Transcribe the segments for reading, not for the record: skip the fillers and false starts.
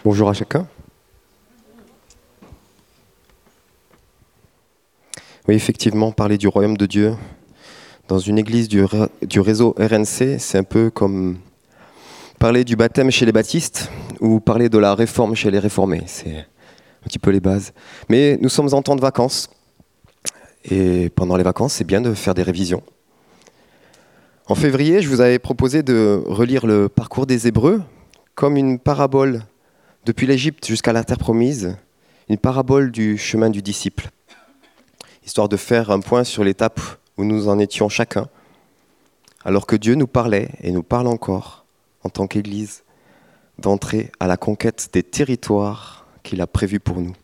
Bonjour à chacun. Oui, effectivement, parler du royaume de Dieu dans une église du réseau RNC, c'est un peu comme parler du baptême chez les baptistes ou parler de la réforme chez les réformés. C'est un petit peu les bases. Mais nous sommes en temps de vacances. Et pendant les vacances, c'est bien de faire des révisions. En février, je vous avais proposé de relire le parcours des Hébreux comme une parabole depuis l'Égypte jusqu'à la terre promise, une parabole du chemin du disciple, histoire de faire un point sur l'étape où nous en étions chacun, alors que Dieu nous parlait et nous parle encore, en tant qu'Église, d'entrer à la conquête des territoires qu'il a prévus pour nous.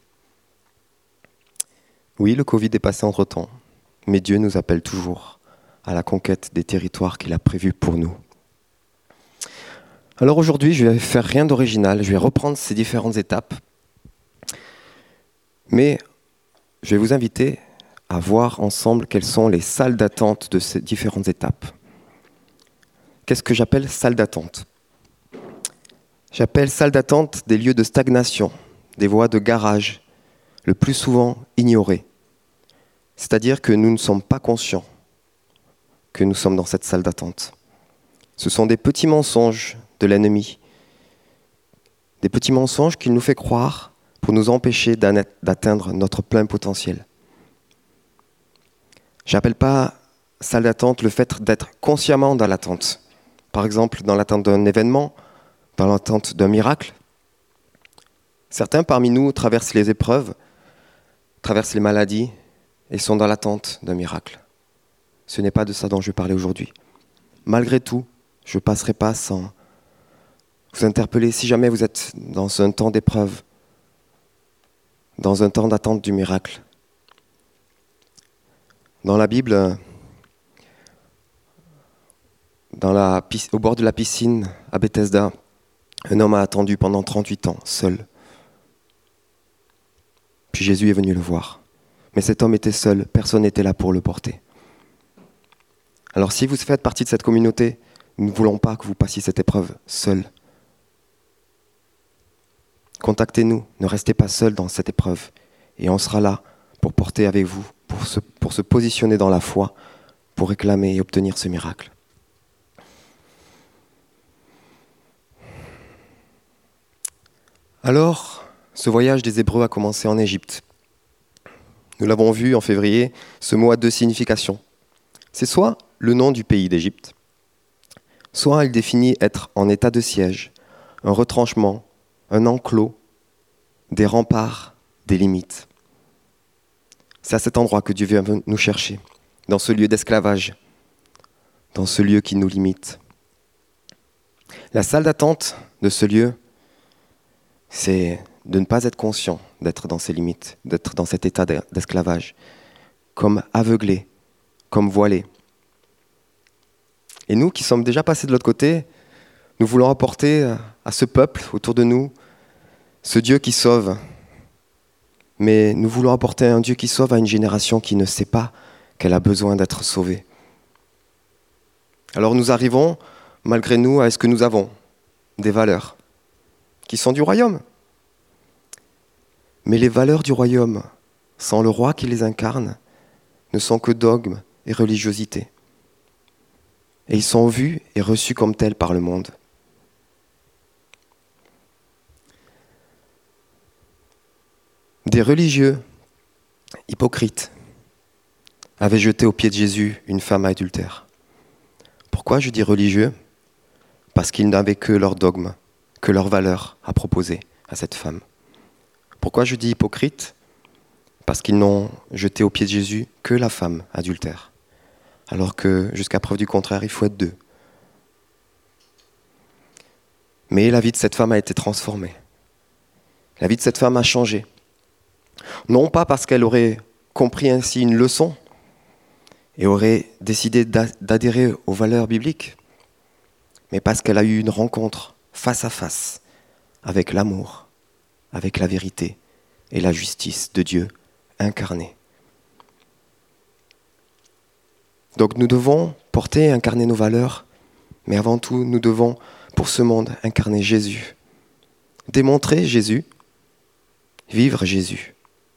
Oui, le Covid est passé entre-temps, mais Dieu nous appelle toujours à la conquête des territoires qu'il a prévus pour nous. Alors aujourd'hui, je vais faire rien d'original, je vais reprendre ces différentes étapes, mais je vais vous inviter à voir ensemble quelles sont les salles d'attente de ces différentes étapes. Qu'est-ce que j'appelle salle d'attente ? J'appelle salle d'attente des lieux de stagnation, des voies de garage, le plus souvent ignorées. C'est-à-dire que nous ne sommes pas conscients que nous sommes dans cette salle d'attente. Ce sont des petits mensonges de l'ennemi, des petits mensonges qu'il nous fait croire pour nous empêcher d'atteindre notre plein potentiel. J'appelle pas salle d'attente le fait d'être consciemment dans l'attente. Par exemple, dans l'attente d'un événement, dans l'attente d'un miracle. Certains parmi nous traversent les épreuves, traversent les maladies et sont dans l'attente d'un miracle. Ce n'est pas de ça dont je vais parler aujourd'hui. Malgré tout, je ne passerai pas sans vous interpeller si jamais vous êtes dans un temps d'épreuve, dans un temps d'attente du miracle. Dans la Bible, au bord de la piscine à Bethesda, un homme a attendu pendant 38 ans, seul. Puis Jésus est venu le voir. Mais cet homme était seul, personne n'était là pour le porter. Alors si vous faites partie de cette communauté, nous ne voulons pas que vous passiez cette épreuve seul. Contactez-nous, ne restez pas seul dans cette épreuve. Et on sera là pour porter avec vous, pour se positionner dans la foi, pour réclamer et obtenir ce miracle. Alors, ce voyage des Hébreux a commencé en Égypte. Nous l'avons vu en février, ce mot a deux significations. C'est soit le nom du pays d'Égypte, soit il définit être en état de siège, un retranchement, un enclos, des remparts, des limites. C'est à cet endroit que Dieu vient nous chercher, dans ce lieu d'esclavage, dans ce lieu qui nous limite. La salle d'attente de ce lieu, c'est de ne pas être conscient d'être dans ces limites, d'être dans cet état d'esclavage, comme aveuglé, comme voilé. Et nous qui sommes déjà passés de l'autre côté, nous voulons apporter à ce peuple autour de nous ce Dieu qui sauve. Mais nous voulons apporter un Dieu qui sauve à une génération qui ne sait pas qu'elle a besoin d'être sauvée. Alors nous arrivons, malgré nous, à ce que nous avons, des valeurs qui sont du royaume. Mais les valeurs du royaume, sans le roi qui les incarne, ne sont que dogmes et religiosité. Et ils sont vus et reçus comme tels par le monde. Des religieux hypocrites avaient jeté aux pieds de Jésus une femme adultère. Pourquoi je dis religieux ? Parce qu'ils n'avaient que leur dogme, que leurs valeurs à proposer à cette femme. Pourquoi je dis hypocrite ? Parce qu'ils n'ont jeté aux pieds de Jésus que la femme adultère. Alors que, jusqu'à preuve du contraire, il faut être deux. Mais la vie de cette femme a été transformée. La vie de cette femme a changé. Non pas parce qu'elle aurait compris ainsi une leçon et aurait décidé d'adhérer aux valeurs bibliques, mais parce qu'elle a eu une rencontre face à face avec l'amour, avec la vérité et la justice de Dieu incarné. Donc nous devons porter et incarner nos valeurs, mais avant tout, nous devons, pour ce monde, incarner Jésus. démontrer Jésus, vivre Jésus.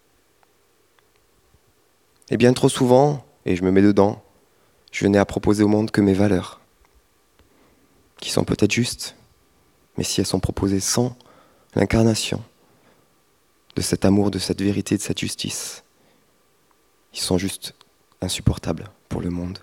Et bien trop souvent, et je me mets dedans, je n'ai à proposer au monde que mes valeurs, qui sont peut-être justes, mais si elles sont proposées sans l'incarnation de cet amour, de cette vérité, de cette justice, ils sont juste insupportables pour le monde.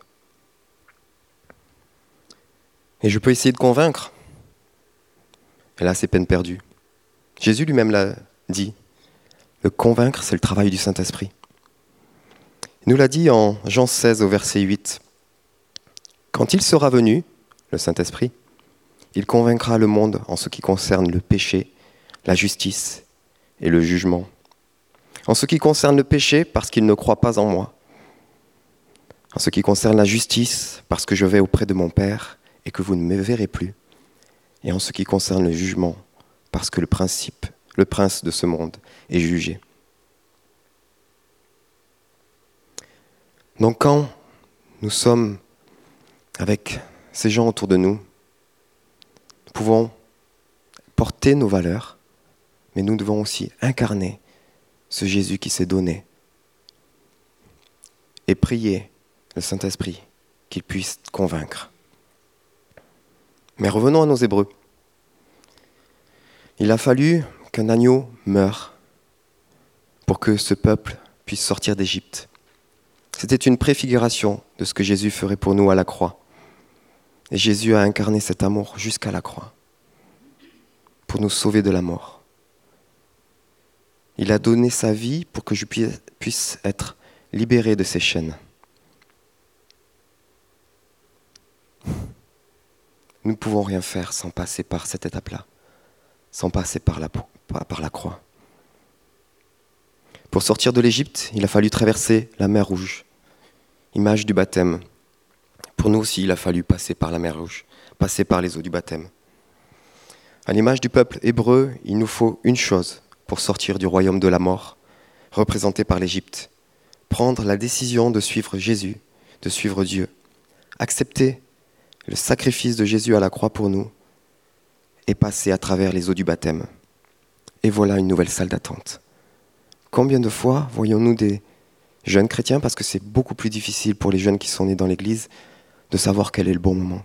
Et je peux essayer de convaincre, et là c'est peine perdue. Jésus lui-même l'a dit, le convaincre c'est le travail du Saint-Esprit. Il nous l'a dit en Jean 16 au verset 8. Quand il sera venu, le Saint-Esprit, il convaincra le monde en ce qui concerne le péché, la justice et le jugement. En ce qui concerne le péché, parce qu'il ne croit pas en moi. En ce qui concerne la justice, parce que je vais auprès de mon Père et que vous ne me verrez plus. Et en ce qui concerne le jugement, parce que le prince de ce monde est jugé. Donc quand nous sommes avec ces gens autour de nous, nous pouvons porter nos valeurs, mais nous devons aussi incarner ce Jésus qui s'est donné et prier le Saint-Esprit qu'il puisse convaincre. Mais revenons à nos Hébreux. Il a fallu qu'un agneau meure pour que ce peuple puisse sortir d'Égypte. C'était une préfiguration de ce que Jésus ferait pour nous à la croix. Et Jésus a incarné cet amour jusqu'à la croix pour nous sauver de la mort. Il a donné sa vie pour que je puisse être libéré de ces chaînes. Nous ne pouvons rien faire sans passer par cette étape-là, sans passer par la croix. Pour sortir de l'Égypte, il a fallu traverser la mer Rouge, image du baptême. Pour nous aussi, il a fallu passer par la mer Rouge, passer par les eaux du baptême. À l'image du peuple hébreu, il nous faut une chose pour sortir du royaume de la mort, représenté par l'Égypte. Prendre la décision de suivre Jésus, de suivre Dieu. Accepter le sacrifice de Jésus à la croix pour nous et passer à travers les eaux du baptême. Et voilà une nouvelle salle d'attente. Combien de fois voyons-nous des jeunes chrétiens, parce que c'est beaucoup plus difficile pour les jeunes qui sont nés dans l'église, de savoir quel est le bon moment.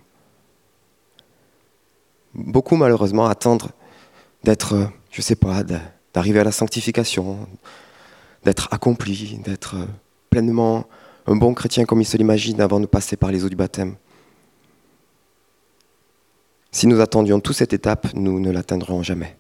Beaucoup malheureusement attendent d'être, d'arriver à la sanctification, d'être accompli, d'être pleinement un bon chrétien comme ils se l'imaginent avant de passer par les eaux du baptême. Si nous attendions toute cette étape, nous ne l'atteindrons jamais.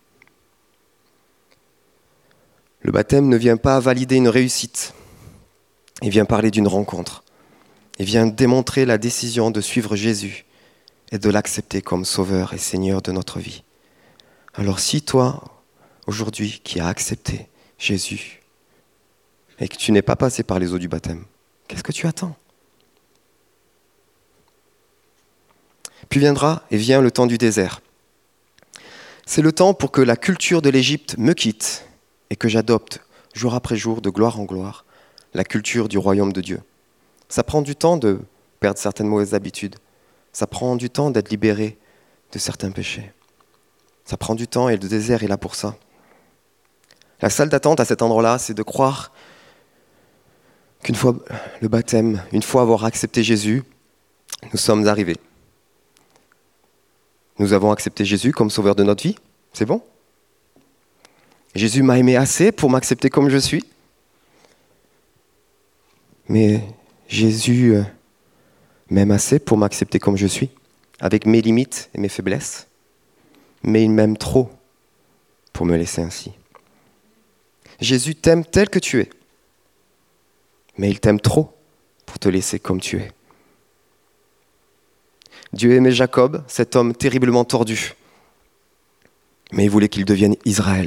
Le baptême ne vient pas valider une réussite, il vient parler d'une rencontre. Il vient démontrer la décision de suivre Jésus et de l'accepter comme Sauveur et Seigneur de notre vie. Alors si toi, aujourd'hui, qui as accepté Jésus et que tu n'es pas passé par les eaux du baptême, qu'est-ce que tu attends ? Puis vient le temps du désert. C'est le temps pour que la culture de l'Égypte me quitte et que j'adopte, jour après jour, de gloire en gloire, la culture du royaume de Dieu. Ça prend du temps de perdre certaines mauvaises habitudes. Ça prend du temps d'être libéré de certains péchés. Ça prend du temps et le désert est là pour ça. La salle d'attente à cet endroit-là, c'est de croire qu'une fois le baptême, une fois avoir accepté Jésus, nous sommes arrivés. Nous avons accepté Jésus comme sauveur de notre vie, c'est bon ? Jésus m'a aimé assez pour m'accepter comme je suis. Mais Jésus m'aime assez pour m'accepter comme je suis, avec mes limites et mes faiblesses. Mais il m'aime trop pour me laisser ainsi. Jésus t'aime tel que tu es, mais il t'aime trop pour te laisser comme tu es. Dieu aimait Jacob, cet homme terriblement tordu, mais il voulait qu'il devienne Israël.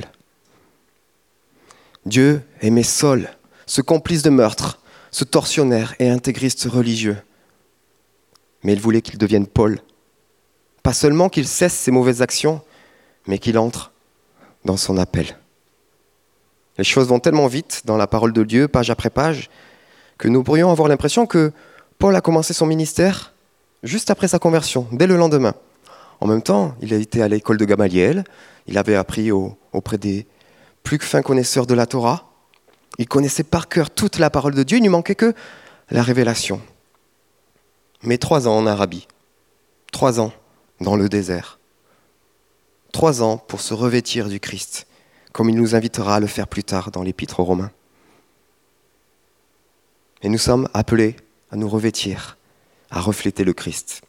Dieu aimait Saul, ce complice de meurtre, ce tortionnaire et intégriste religieux, mais il voulait qu'il devienne Paul. Pas seulement qu'il cesse ses mauvaises actions, mais qu'il entre dans son appel. Les choses vont tellement vite dans la parole de Dieu, page après page, que nous pourrions avoir l'impression que Paul a commencé son ministère juste après sa conversion, dès le lendemain. En même temps, il a été à l'école de Gamaliel, il avait appris auprès des plus fins connaisseurs de la Torah, il connaissait par cœur toute la parole de Dieu, il ne manquait que la révélation. Mais 3 ans en Arabie, 3 ans dans le désert, 3 ans pour se revêtir du Christ, comme il nous invitera à le faire plus tard dans l'Épître aux Romains. Et nous sommes appelés à nous revêtir, à refléter le Christ.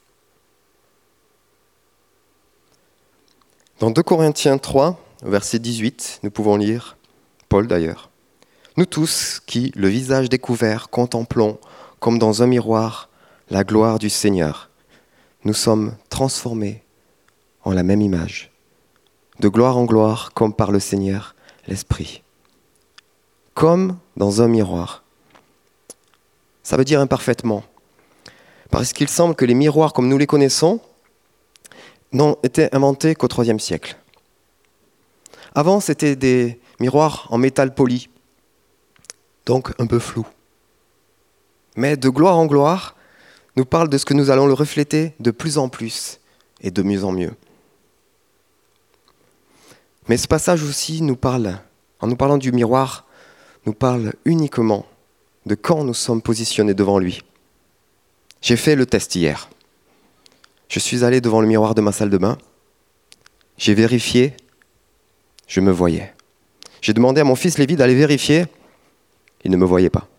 Dans 2 Corinthiens 3, verset 18, nous pouvons lire, Paul d'ailleurs, « Nous tous qui, le visage découvert, contemplons, comme dans un miroir, la gloire du Seigneur, nous sommes transformés en la même image, de gloire en gloire, comme par le Seigneur, l'Esprit. » Comme dans un miroir. Ça veut dire imparfaitement. Parce qu'il semble que les miroirs, comme nous les connaissons, n'ont été inventés qu'au IIIe siècle. Avant, c'était des miroirs en métal poli, donc un peu flou. Mais de gloire en gloire, nous parle de ce que nous allons le refléter de plus en plus et de mieux en mieux. Mais ce passage aussi nous parle, en nous parlant du miroir, nous parle uniquement de quand nous sommes positionnés devant lui. J'ai fait le test hier. Je suis allé devant le miroir de ma salle de bain. J'ai vérifié, je me voyais. J'ai demandé à mon fils Lévi d'aller vérifier, il ne me voyait pas.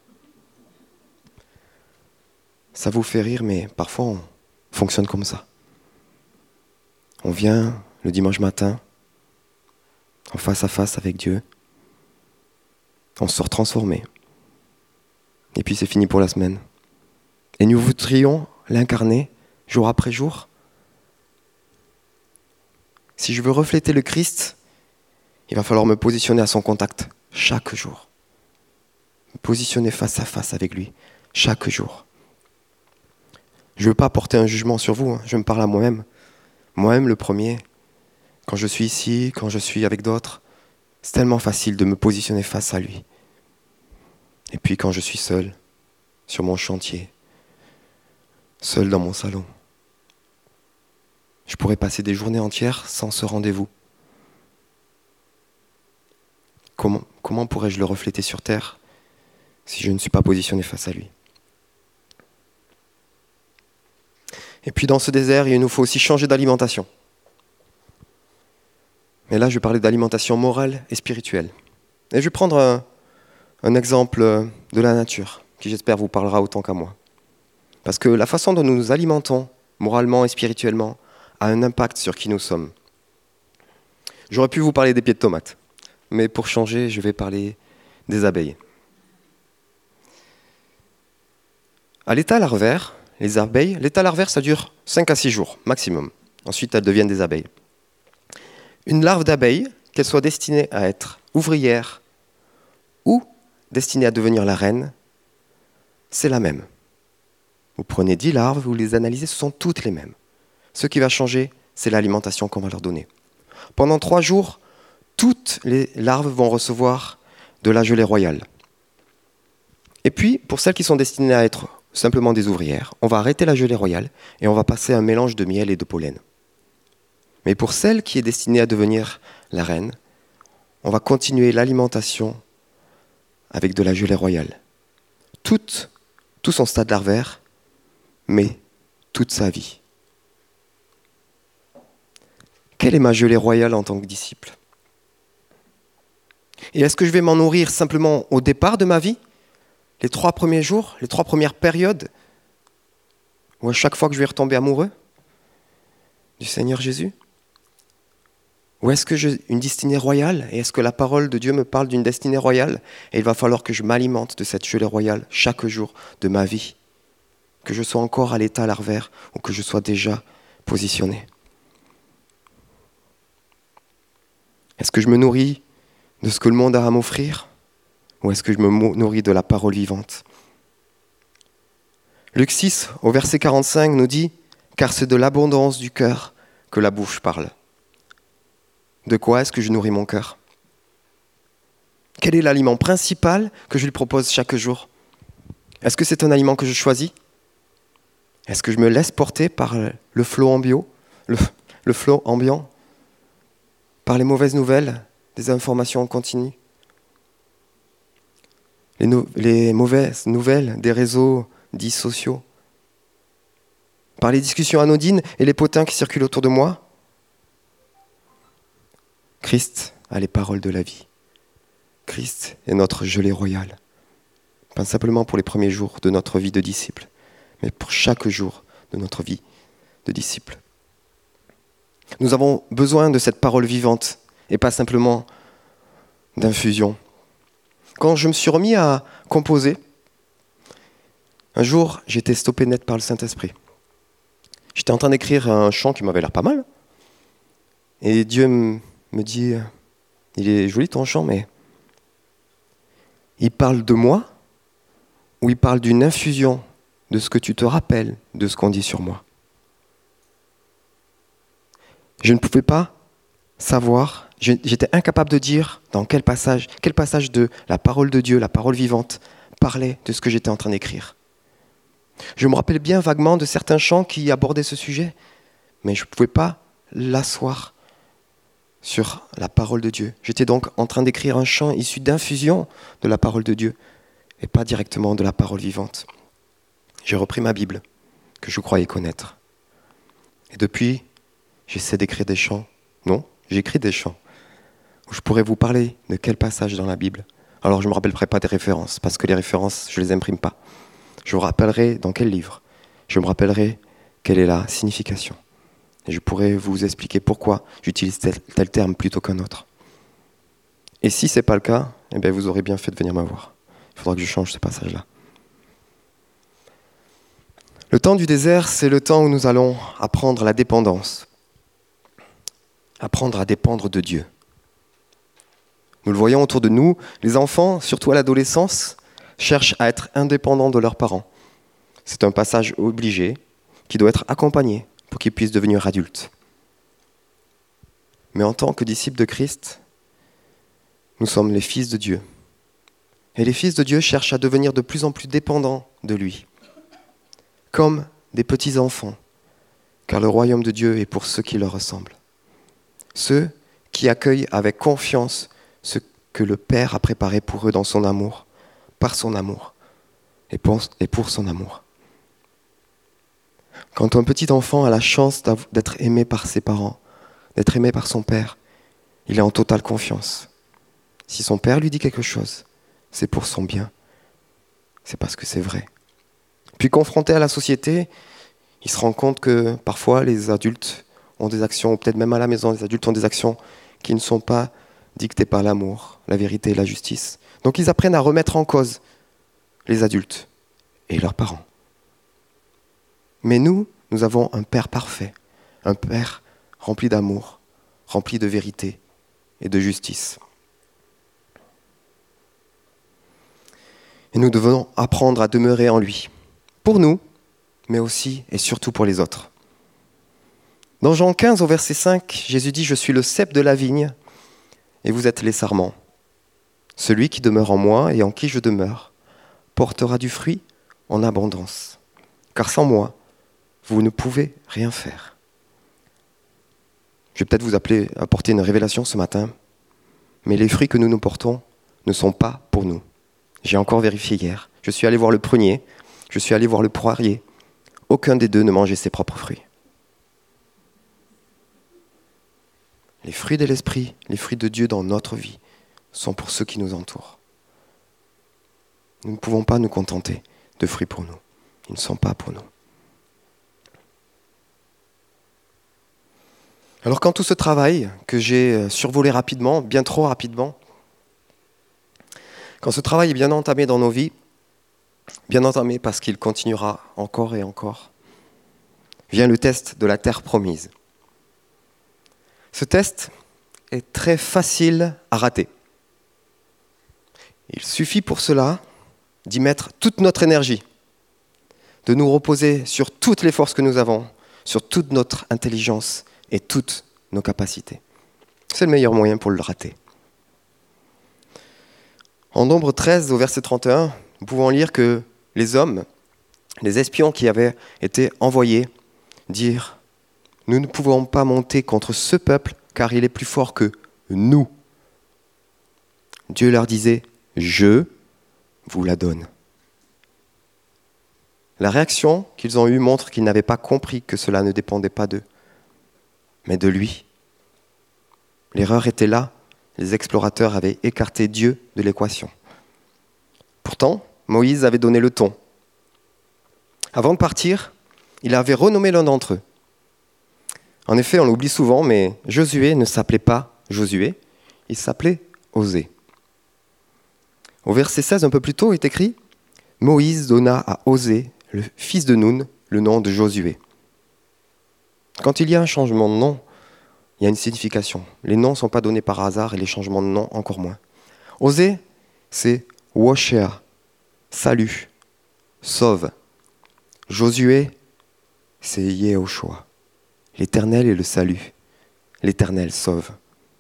Ça vous fait rire, mais parfois on fonctionne comme ça. On vient le dimanche matin, en face à face avec Dieu. On sort transformé. Et puis c'est fini pour la semaine. Et nous voudrions l'incarner jour après jour. Si je veux refléter le Christ, il va falloir me positionner à son contact chaque jour. Me positionner face à face avec lui chaque jour. Je ne veux pas porter un jugement sur vous, je me parle à moi-même. Moi-même le premier. Quand je suis ici, quand je suis avec d'autres, c'est tellement facile de me positionner face à lui. Et puis quand je suis seul, sur mon chantier, seul dans mon salon, je pourrais passer des journées entières sans ce rendez-vous. Comment pourrais-je le refléter sur terre si je ne suis pas positionné face à lui? Et puis dans ce désert, il nous faut aussi changer d'alimentation. Mais là, je vais parler d'alimentation morale et spirituelle. Et je vais prendre un exemple de la nature, qui j'espère vous parlera autant qu'à moi. Parce que la façon dont nous nous alimentons, moralement et spirituellement, a un impact sur qui nous sommes. J'aurais pu vous parler des pieds de tomates, mais pour changer, je vais parler des abeilles. À l'état larvaire, les abeilles, l'état larvaire, ça dure 5 à 6 jours, maximum. Ensuite, elles deviennent des abeilles. Une larve d'abeille, qu'elle soit destinée à être ouvrière ou destinée à devenir la reine, c'est la même. Vous prenez 10 larves, vous les analysez, ce sont toutes les mêmes. Ce qui va changer, c'est l'alimentation qu'on va leur donner. Pendant 3 jours, toutes les larves vont recevoir de la gelée royale. Et puis, pour celles qui sont destinées à être simplement des ouvrières, on va arrêter la gelée royale et on va passer à un mélange de miel et de pollen. Mais pour celle qui est destinée à devenir la reine, on va continuer l'alimentation avec de la gelée royale. Tout son stade larvaire, mais toute sa vie. Quelle est ma gelée royale en tant que disciple? Et est-ce que je vais m'en nourrir simplement au départ de ma vie, les 3 premiers jours, les 3 premières périodes, ou à chaque fois que je vais retomber amoureux du Seigneur Jésus? Ou est-ce que j'ai une destinée royale? Et est-ce que la parole de Dieu me parle d'une destinée royale? Et il va falloir que je m'alimente de cette gelée royale chaque jour de ma vie, que je sois encore à l'état larvaire ou que je sois déjà positionné. Est-ce que je me nourris de ce que le monde a à m'offrir? Ou est-ce que je me nourris de la parole vivante? Luc 6, au verset 45, nous dit « Car c'est de l'abondance du cœur que la bouche parle. » De quoi est-ce que je nourris mon cœur? Quel est l'aliment principal que je lui propose chaque jour? Est-ce que c'est un aliment que je choisis? Est-ce que je me laisse porter par le flot en bio, le, le flot ambiant, par les mauvaises nouvelles, des informations en continu, les mauvaises nouvelles des réseaux dits sociaux, par les discussions anodines et les potins qui circulent autour de moi. Christ a les paroles de la vie. Christ est notre gelée royale. Pas simplement pour les premiers jours de notre vie de disciple, mais pour chaque jour de notre vie de disciple. Nous avons besoin de cette parole vivante et pas simplement d'infusion. Quand je me suis remis à composer, un jour, j'ai été stoppé net par le Saint-Esprit. J'étais en train d'écrire un chant qui m'avait l'air pas mal. Et Dieu me dit, il est joli ton chant, mais il parle de moi ou il parle d'une infusion de ce que tu te rappelles de ce qu'on dit sur moi. Je ne pouvais pas savoir, j'étais incapable de dire dans quel passage de la parole de Dieu, la parole vivante, parlait de ce que j'étais en train d'écrire. Je me rappelle bien vaguement de certains chants qui abordaient ce sujet, mais je ne pouvais pas l'asseoir sur la parole de Dieu. J'étais donc en train d'écrire un chant issu d'infusion de la parole de Dieu et pas directement de la parole vivante. J'ai repris ma Bible, que je croyais connaître. Et depuis, j'essaie d'écrire des chants. Non, j'écris des chants où je pourrais vous parler de quel passage dans la Bible. Alors je ne me rappellerai pas des références, parce que les références, je ne les imprime pas. Je vous rappellerai dans quel livre. Je me rappellerai quelle est la signification. Et je pourrai vous expliquer pourquoi j'utilise tel terme plutôt qu'un autre. Et si ce n'est pas le cas, eh bien vous aurez bien fait de venir me voir. Il faudra que je change ce passage-là. Le temps du désert, c'est le temps où nous allons apprendre la dépendance. Apprendre à dépendre de Dieu. Nous le voyons autour de nous, les enfants, surtout à l'adolescence, cherchent à être indépendants de leurs parents. C'est un passage obligé qui doit être accompagné pour qu'ils puissent devenir adultes. Mais en tant que disciples de Christ, nous sommes les fils de Dieu. Et les fils de Dieu cherchent à devenir de plus en plus dépendants de lui, comme des petits enfants, car le royaume de Dieu est pour ceux qui leur ressemblent. Ceux qui accueillent avec confiance ce que le Père a préparé pour eux dans son amour, par son amour et pour son amour. Quand un petit enfant a la chance d'être aimé par ses parents, d'être aimé par son père, il est en totale confiance. Si son père lui dit quelque chose, c'est pour son bien. C'est parce que c'est vrai. Puis confronté à la société, il se rend compte que parfois les adultes ont des actions, ou peut-être même à la maison, les adultes ont des actions qui ne sont pas dictées par l'amour, la vérité et la justice. Donc ils apprennent à remettre en cause les adultes et leurs parents. Mais nous avons un Père parfait, un Père rempli d'amour, rempli de vérité et de justice. Et nous devons apprendre à demeurer en lui, pour nous, mais aussi et surtout pour les autres. Dans Jean 15, au verset 5, Jésus dit « Je suis le cep de la vigne, et vous êtes les sarments. Celui qui demeure en moi et en qui je demeure portera du fruit en abondance. Car sans moi, vous ne pouvez rien faire. » Je vais peut-être vous apporter une révélation ce matin, mais les fruits que nous portons ne sont pas pour nous. J'ai encore vérifié hier. Je suis allé voir le prunier, je suis allé voir le poirier. Aucun des deux ne mangeait ses propres fruits. Les fruits de l'esprit, les fruits de Dieu dans notre vie, sont pour ceux qui nous entourent. Nous ne pouvons pas nous contenter de fruits pour nous. Ils ne sont pas pour nous. Alors quand tout ce travail que j'ai survolé rapidement, bien trop rapidement, quand ce travail est bien entamé dans nos vies, bien entamé parce qu'il continuera encore et encore, vient le test de la terre promise. Ce test est très facile à rater. Il suffit pour cela d'y mettre toute notre énergie, de nous reposer sur toutes les forces que nous avons, sur toute notre intelligence et toutes nos capacités. C'est le meilleur moyen pour le rater. En Nombre 13, au verset 31, nous pouvons lire que les hommes, les espions qui avaient été envoyés, dirent nous ne pouvons pas monter contre ce peuple car il est plus fort que nous. Dieu leur disait, je vous la donne. La réaction qu'ils ont eue montre qu'ils n'avaient pas compris que cela ne dépendait pas d'eux, mais de lui. L'erreur était là, les explorateurs avaient écarté Dieu de l'équation. Pourtant, Moïse avait donné le ton. Avant de partir, il avait renommé l'un d'entre eux. En effet, on l'oublie souvent, mais Josué ne s'appelait pas Josué, il s'appelait Osée. Au verset 16, un peu plus tôt, est écrit « Moïse donna à Osée, le fils de Nun, le nom de Josué ». Quand il y a un changement de nom, il y a une signification. Les noms ne sont pas donnés par hasard et les changements de nom encore moins. Osée, c'est Woshea, salut, sauve. Josué, c'est Yehoshua, l'Éternel est le salut, l'Éternel sauve.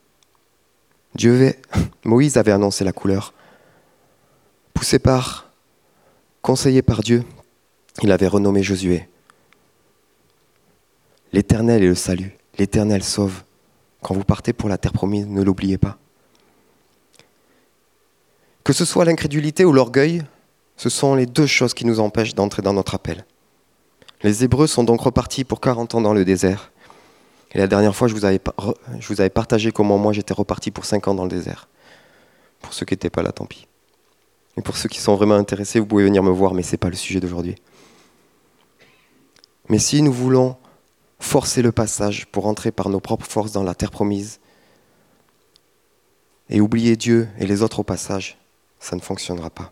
Moïse avait annoncé la couleur. Conseillé par Dieu, il avait renommé Josué. L'Éternel est le salut, l'Éternel sauve. Quand vous partez pour la terre promise, ne l'oubliez pas. Que ce soit l'incrédulité ou l'orgueil, ce sont les deux choses qui nous empêchent d'entrer dans notre appel. Les Hébreux sont donc repartis pour 40 ans dans le désert. Et la dernière fois, je vous avais partagé comment moi j'étais reparti pour 5 ans dans le désert. Pour ceux qui n'étaient pas là, tant pis. Et pour ceux qui sont vraiment intéressés, vous pouvez venir me voir, mais ce n'est pas le sujet d'aujourd'hui. Mais si nous voulons forcer le passage pour entrer par nos propres forces dans la terre promise et oublier Dieu et les autres au passage, ça ne fonctionnera pas.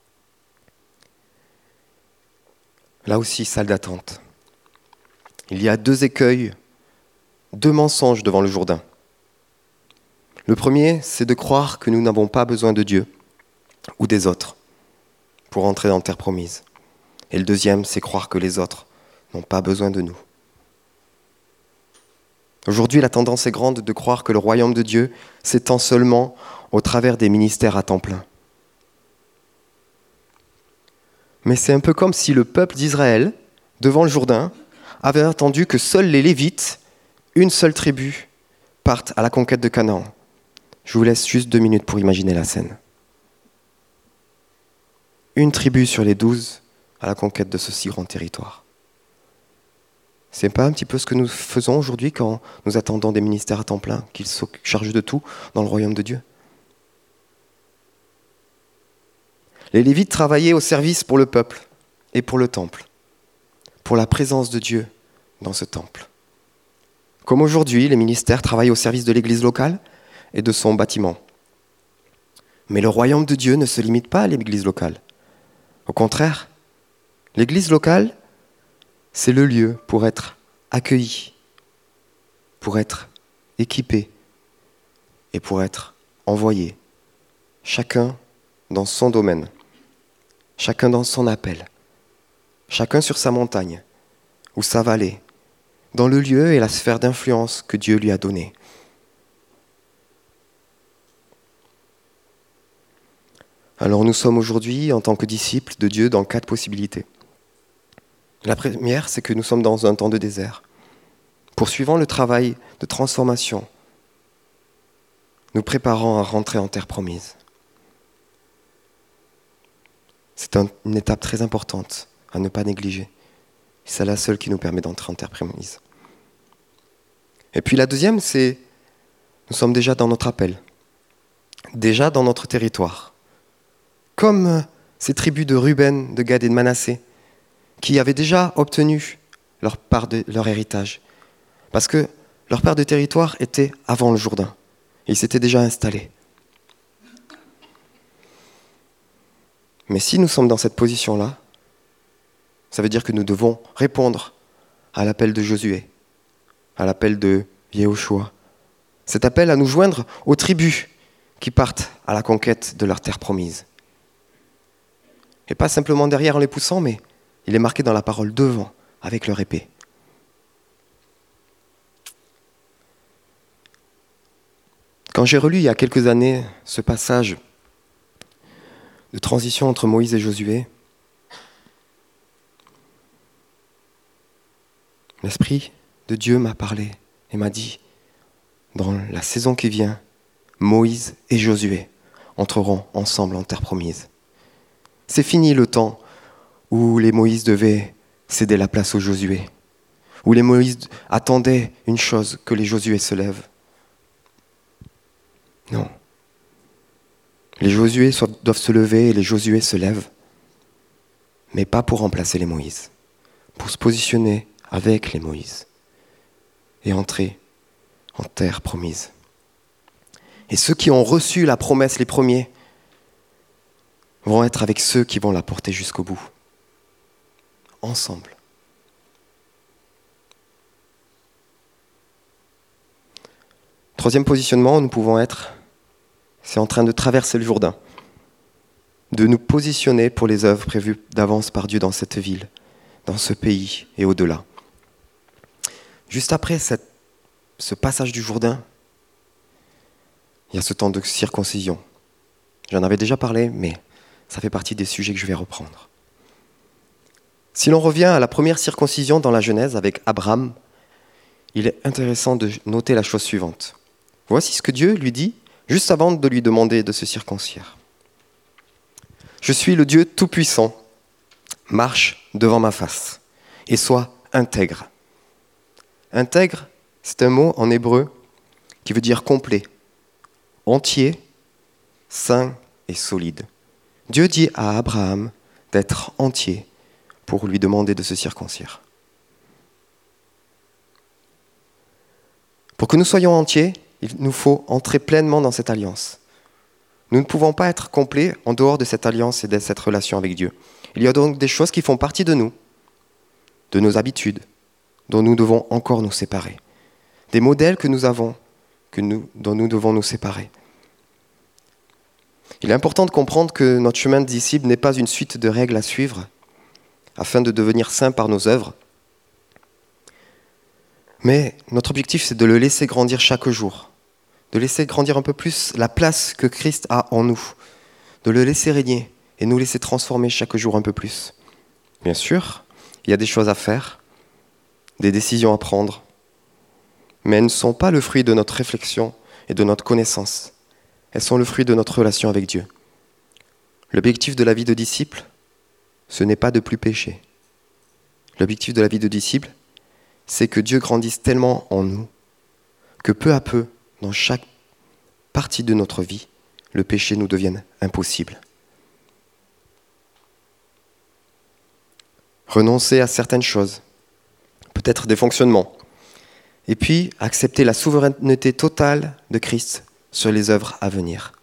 Là aussi, salle d'attente. Il y a 2 écueils, 2 mensonges devant le Jourdain. Le premier, c'est de croire que nous n'avons pas besoin de Dieu ou des autres pour entrer dans la terre promise. Et le deuxième, c'est croire que les autres n'ont pas besoin de nous. Aujourd'hui, la tendance est grande de croire que le royaume de Dieu s'étend seulement au travers des ministères à temps plein. Mais c'est un peu comme si le peuple d'Israël, devant le Jourdain, avait attendu que seuls les Lévites, une seule tribu, partent à la conquête de Canaan. Je vous laisse juste 2 minutes pour imaginer la scène. Une tribu sur les 12 à la conquête de ce si grand territoire. C'est pas un petit peu ce que nous faisons aujourd'hui quand nous attendons des ministères à temps plein, qu'ils se chargent de tout dans le royaume de Dieu? Les Lévites travaillaient au service pour le peuple et pour le temple, pour la présence de Dieu dans ce temple. Comme aujourd'hui, les ministères travaillent au service de l'église locale et de son bâtiment. Mais le royaume de Dieu ne se limite pas à l'église locale. Au contraire, l'église locale, c'est le lieu pour être accueilli, pour être équipé et pour être envoyé, chacun dans son domaine, chacun dans son appel, chacun sur sa montagne ou sa vallée, dans le lieu et la sphère d'influence que Dieu lui a donnée. Alors nous sommes aujourd'hui, en tant que disciples de Dieu, dans 4 possibilités. La première, c'est que nous sommes dans un temps de désert. Poursuivant le travail de transformation, nous préparons à rentrer en terre promise. C'est une étape très importante à ne pas négliger. C'est la seule qui nous permet d'entrer en terre promise. Et puis la deuxième, c'est nous sommes déjà dans notre appel, déjà dans notre territoire. Comme ces tribus de Ruben, de Gad et de Manassé, qui avaient déjà obtenu leur part de leur héritage. Parce que leur part de territoire était avant le Jourdain. Ils s'étaient déjà installés. Mais si nous sommes dans cette position-là, ça veut dire que nous devons répondre à l'appel de Josué, à l'appel de Yehoshua. Cet appel à nous joindre aux tribus qui partent à la conquête de leur terre promise. Et pas simplement derrière en les poussant, mais il est marqué dans la parole devant, avec leur épée. Quand j'ai relu il y a quelques années ce passage de transition entre Moïse et Josué, l'Esprit de Dieu m'a parlé et m'a dit, dans la saison qui vient, Moïse et Josué entreront ensemble en terre promise. C'est fini le temps où les Moïse devaient céder la place aux Josué, où les Moïse attendaient une chose, que les Josué se lèvent. Non. Les Josué doivent se lever et les Josué se lèvent, mais pas pour remplacer les Moïse, pour se positionner avec les Moïse et entrer en terre promise. Et ceux qui ont reçu la promesse, les premiers, vont être avec ceux qui vont la porter jusqu'au bout, ensemble. Troisième positionnement où nous pouvons être, c'est en train de traverser le Jourdain, de nous positionner pour les œuvres prévues d'avance par Dieu dans cette ville, dans ce pays et au-delà. Juste après ce passage du Jourdain, il y a ce temps de circoncision. J'en avais déjà parlé, mais ça fait partie des sujets que je vais reprendre. Si l'on revient à la première circoncision dans la Genèse avec Abraham, il est intéressant de noter la chose suivante. Voici ce que Dieu lui dit juste avant de lui demander de se circoncire. Je suis le Dieu Tout-Puissant. Marche devant ma face et sois intègre. Intègre, c'est un mot en hébreu qui veut dire complet, entier, sain et solide. Dieu dit à Abraham d'être entier pour lui demander de se circoncire. Pour que nous soyons entiers, il nous faut entrer pleinement dans cette alliance. Nous ne pouvons pas être complets en dehors de cette alliance et de cette relation avec Dieu. Il y a donc des choses qui font partie de nous, de nos habitudes, dont nous devons encore nous séparer. Des modèles que nous avons, dont nous devons nous séparer. Il est important de comprendre que notre chemin de disciple n'est pas une suite de règles à suivre afin de devenir saint par nos œuvres. Mais notre objectif, c'est de le laisser grandir chaque jour, de laisser grandir un peu plus la place que Christ a en nous, de le laisser régner et nous laisser transformer chaque jour un peu plus. Bien sûr, il y a des choses à faire, des décisions à prendre, mais elles ne sont pas le fruit de notre réflexion et de notre connaissance. Elles sont le fruit de notre relation avec Dieu. L'objectif de la vie de disciple, ce n'est pas de plus pécher. L'objectif de la vie de disciple, c'est que Dieu grandisse tellement en nous que peu à peu, dans chaque partie de notre vie, le péché nous devienne impossible. Renoncer à certaines choses, peut-être des fonctionnements, et puis accepter la souveraineté totale de Christ sur les œuvres à venir.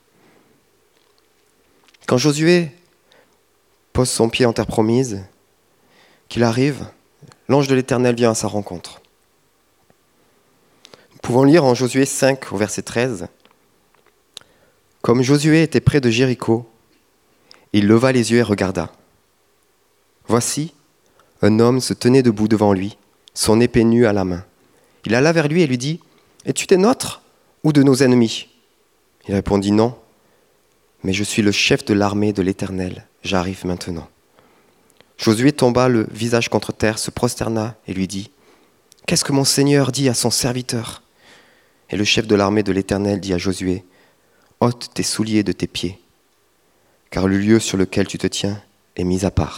Quand Josué pose son pied en terre promise, qu'il arrive, l'ange de l'Éternel vient à sa rencontre. Nous pouvons lire en Josué 5 au verset 13. « Comme Josué était près de Jéricho, il leva les yeux et regarda. Voici, un homme se tenait debout devant lui, son épée nue à la main. Il alla vers lui et lui dit, « Es-tu des nôtres ou de nos ennemis ?» Il répondit, « Non, mais je suis le chef de l'armée de l'Éternel, j'arrive maintenant. » Josué tomba le visage contre terre, se prosterna et lui dit, « Qu'est-ce que mon Seigneur dit à son serviteur ?» Et le chef de l'armée de l'Éternel dit à Josué, « Ôte tes souliers de tes pieds, car le lieu sur lequel tu te tiens est mis à part. »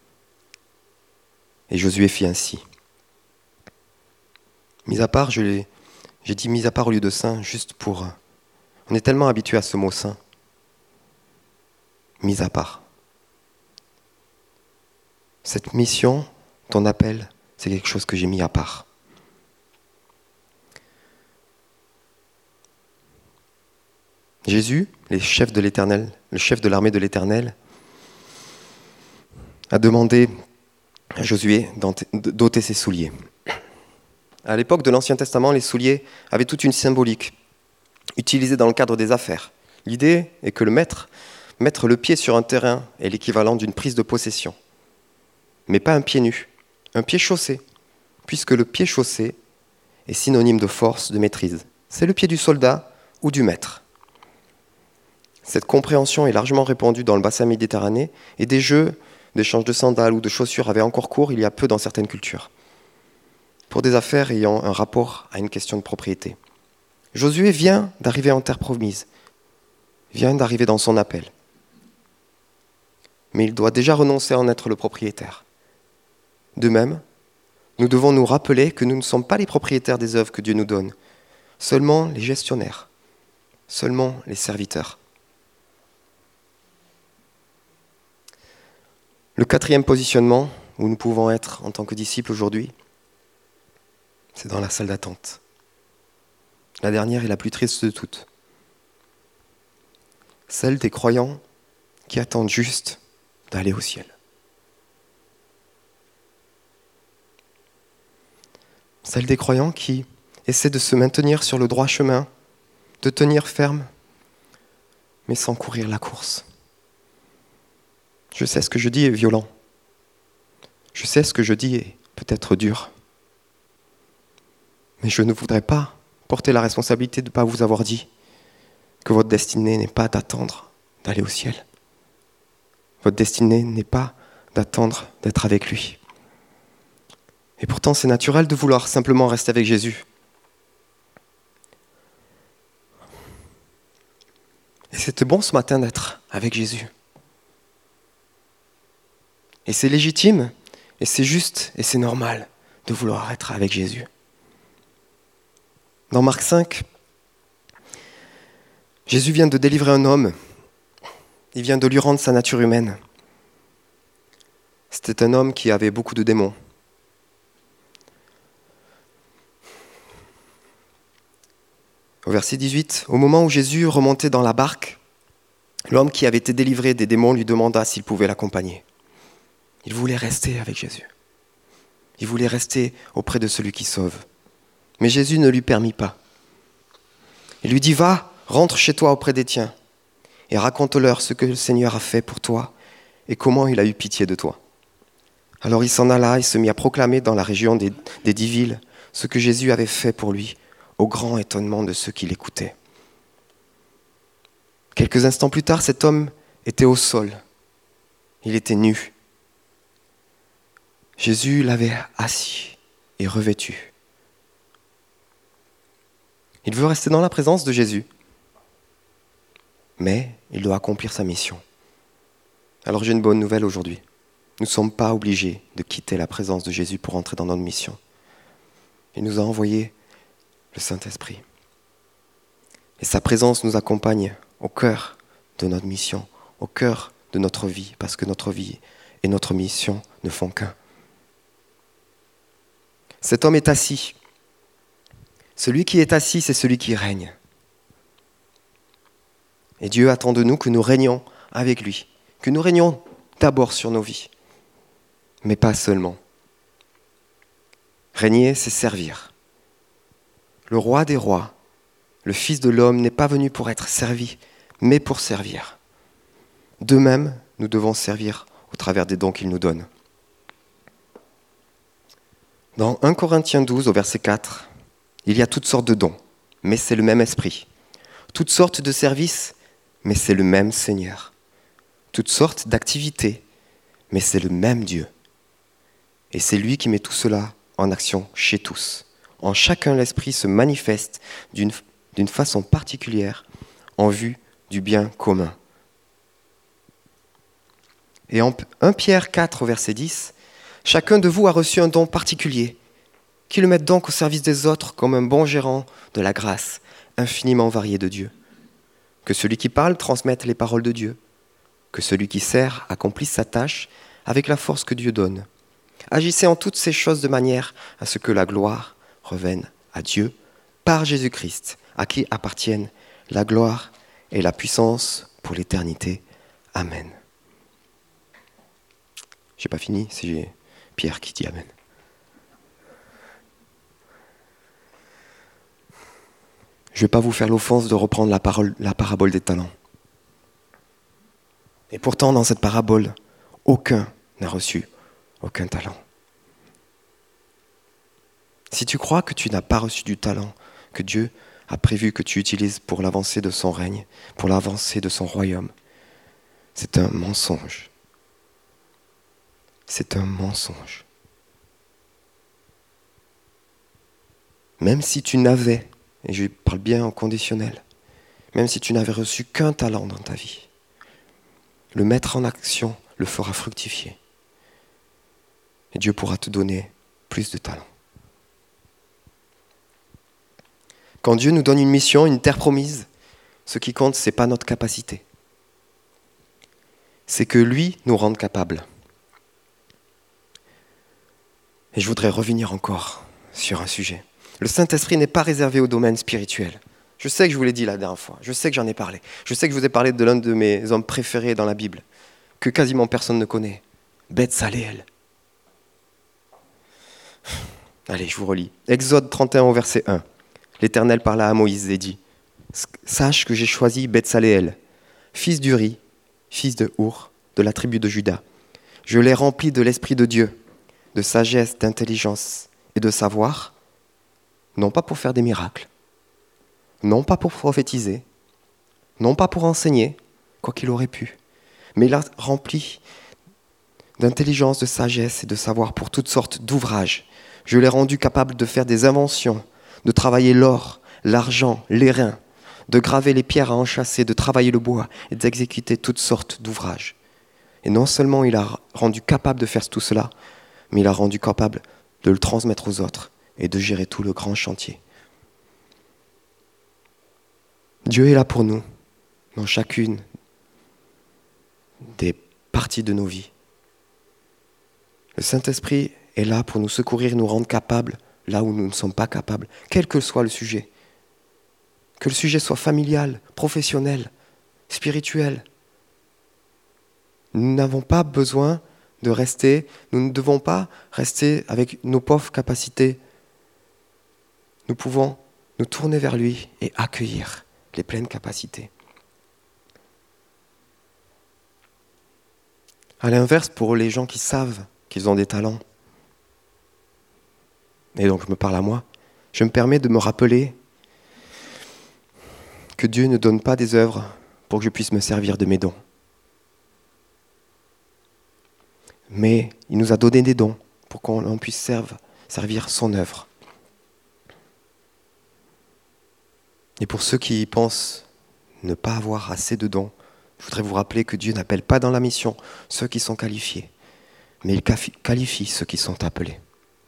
Et Josué fit ainsi. Mis à part, j'ai dit mis à part au lieu de saint, juste pour... On est tellement habitué à ce mot saint. Mis à part. Cette mission, ton appel, c'est quelque chose que j'ai mis à part. Jésus, le chef de l'armée de l'Éternel, a demandé à Josué d'ôter ses souliers. À l'époque de l'Ancien Testament, les souliers avaient toute une symbolique, utilisée dans le cadre des affaires. L'idée est que mettre le pied sur un terrain est l'équivalent d'une prise de possession. Mais pas un pied nu, un pied chaussé, puisque le pied chaussé est synonyme de force, de maîtrise. C'est le pied du soldat ou du maître. Cette compréhension est largement répandue dans le bassin méditerranéen et des jeux d'échange de sandales ou de chaussures avaient encore cours il y a peu dans certaines cultures. pour des affaires ayant un rapport à une question de propriété. Josué vient d'arriver en terre promise, vient d'arriver dans son appel. Mais il doit déjà renoncer à en être le propriétaire. De même, nous devons nous rappeler que nous ne sommes pas les propriétaires des œuvres que Dieu nous donne, seulement les gestionnaires, seulement les serviteurs. Le quatrième positionnement où nous pouvons être en tant que disciples aujourd'hui, c'est dans la salle d'attente. La dernière est la plus triste de toutes. Celle des croyants qui attendent juste d'aller au ciel. Celle des croyants qui essaient de se maintenir sur le droit chemin, de tenir ferme, mais sans courir la course. Je sais ce que je dis est violent. Je sais ce que je dis est peut-être dur. Mais je ne voudrais pas porter la responsabilité de ne pas vous avoir dit que votre destinée n'est pas d'attendre d'aller au ciel. Votre destinée n'est pas d'attendre d'être avec lui. Et pourtant, c'est naturel de vouloir simplement rester avec Jésus. Et c'était bon ce matin d'être avec Jésus. Et c'est légitime, et c'est juste, et c'est normal de vouloir être avec Jésus. Dans Marc 5, Jésus vient de délivrer un homme. Il vient de lui rendre sa nature humaine. C'était un homme qui avait beaucoup de démons. Au verset 18, au moment où Jésus remontait dans la barque, l'homme qui avait été délivré des démons lui demanda s'il pouvait l'accompagner. Il voulait rester avec Jésus. Il voulait rester auprès de celui qui sauve. Mais Jésus ne lui permit pas. Il lui dit, va, rentre chez toi auprès des tiens et raconte-leur ce que le Seigneur a fait pour toi et comment il a eu pitié de toi. Alors il s'en alla et se mit à proclamer dans la région des 10 villes ce que Jésus avait fait pour lui, au grand étonnement de ceux qui l'écoutaient. Quelques instants plus tard, cet homme était au sol. Il était nu. Jésus l'avait assis et revêtu. Il veut rester dans la présence de Jésus, mais il doit accomplir sa mission. Alors j'ai une bonne nouvelle aujourd'hui. Nous ne sommes pas obligés de quitter la présence de Jésus pour entrer dans notre mission. Il nous a envoyé le Saint-Esprit. Et sa présence nous accompagne au cœur de notre mission, au cœur de notre vie, parce que notre vie et notre mission ne font qu'un. Cet homme est assis. Celui qui est assis, c'est celui qui règne. Et Dieu attend de nous que nous régnions avec lui, que nous régnions d'abord sur nos vies, mais pas seulement. Régner, c'est servir. Le roi des rois, le Fils de l'homme, n'est pas venu pour être servi, mais pour servir. De même, nous devons servir au travers des dons qu'il nous donne. Dans 1 Corinthiens 12, au verset 4, il y a toutes sortes de dons, mais c'est le même esprit. Toutes sortes de services, mais c'est le même Seigneur. Toutes sortes d'activités, mais c'est le même Dieu. Et c'est lui qui met tout cela en action chez tous. En chacun, l'esprit se manifeste d'une façon particulière en vue du bien commun. Et en 1 Pierre 4, au verset 10, chacun de vous a reçu un don particulier, qu'il le mette donc au service des autres comme un bon gérant de la grâce infiniment variée de Dieu. Que celui qui parle transmette les paroles de Dieu, que celui qui sert accomplisse sa tâche avec la force que Dieu donne. Agissez en toutes ces choses de manière à ce que la gloire revienne à Dieu par Jésus-Christ, à qui appartiennent la gloire et la puissance pour l'éternité. Amen. J'ai pas fini, c'est Pierre qui dit Amen. Je ne vais pas vous faire l'offense de reprendre la parabole des talents. Et pourtant, dans cette parabole, aucun n'a reçu aucun talent. Si tu crois que tu n'as pas reçu du talent que Dieu a prévu que tu utilises pour l'avancée de son règne, pour l'avancée de son royaume, c'est un mensonge. C'est un mensonge. Même si tu n'avais, et je parle bien en conditionnel, même si tu n'avais reçu qu'un talent dans ta vie, le mettre en action le fera fructifier. Et Dieu pourra te donner plus de talents. Quand Dieu nous donne une mission, une terre promise, ce qui compte, ce n'est pas notre capacité. C'est que lui nous rende capables. Et je voudrais revenir encore sur un sujet. Le Saint-Esprit n'est pas réservé au domaine spirituel. Je sais que je vous l'ai dit la dernière fois, je sais que j'en ai parlé. Je sais que je vous ai parlé de l'un de mes hommes préférés dans la Bible, que quasiment personne ne connaît, Beth-Saléel. Allez, je vous relis. Exode 31 au verset 1. L'Éternel parla à Moïse et dit « Sache que j'ai choisi Beth-Saléel, fils d'Uri, fils de Our, de la tribu de Juda. Je l'ai rempli de l'Esprit de Dieu, de sagesse, d'intelligence et de savoir, non pas pour faire des miracles, non pas pour prophétiser, non pas pour enseigner, quoi qu'il aurait pu, mais il a rempli d'intelligence, de sagesse et de savoir pour toutes sortes d'ouvrages. Je l'ai rendu capable de faire des inventions, de travailler l'or, l'argent, l'airain, de graver les pierres à enchâsser, de travailler le bois et d'exécuter toutes sortes d'ouvrages. Et non seulement il a rendu capable de faire tout cela, mais il a rendu capable de le transmettre aux autres et de gérer tout le grand chantier. Dieu est là pour nous, dans chacune des parties de nos vies. Le Saint-Esprit est là pour nous secourir, nous rendre capables là où nous ne sommes pas capables, quel que soit le sujet. Que le sujet soit familial, professionnel, spirituel. Nous n'avons pas besoin de rester, nous ne devons pas rester avec nos pauvres capacités. Nous pouvons nous tourner vers lui et accueillir les pleines capacités. À l'inverse, pour les gens qui savent qu'ils ont des talents, et donc je me parle à moi, je me permets de me rappeler que Dieu ne donne pas des œuvres pour que je puisse me servir de mes dons. Mais il nous a donné des dons pour qu'on puisse servir son œuvre. Et pour ceux qui pensent ne pas avoir assez de dons, je voudrais vous rappeler que Dieu n'appelle pas dans la mission ceux qui sont qualifiés, mais il qualifie ceux qui sont appelés.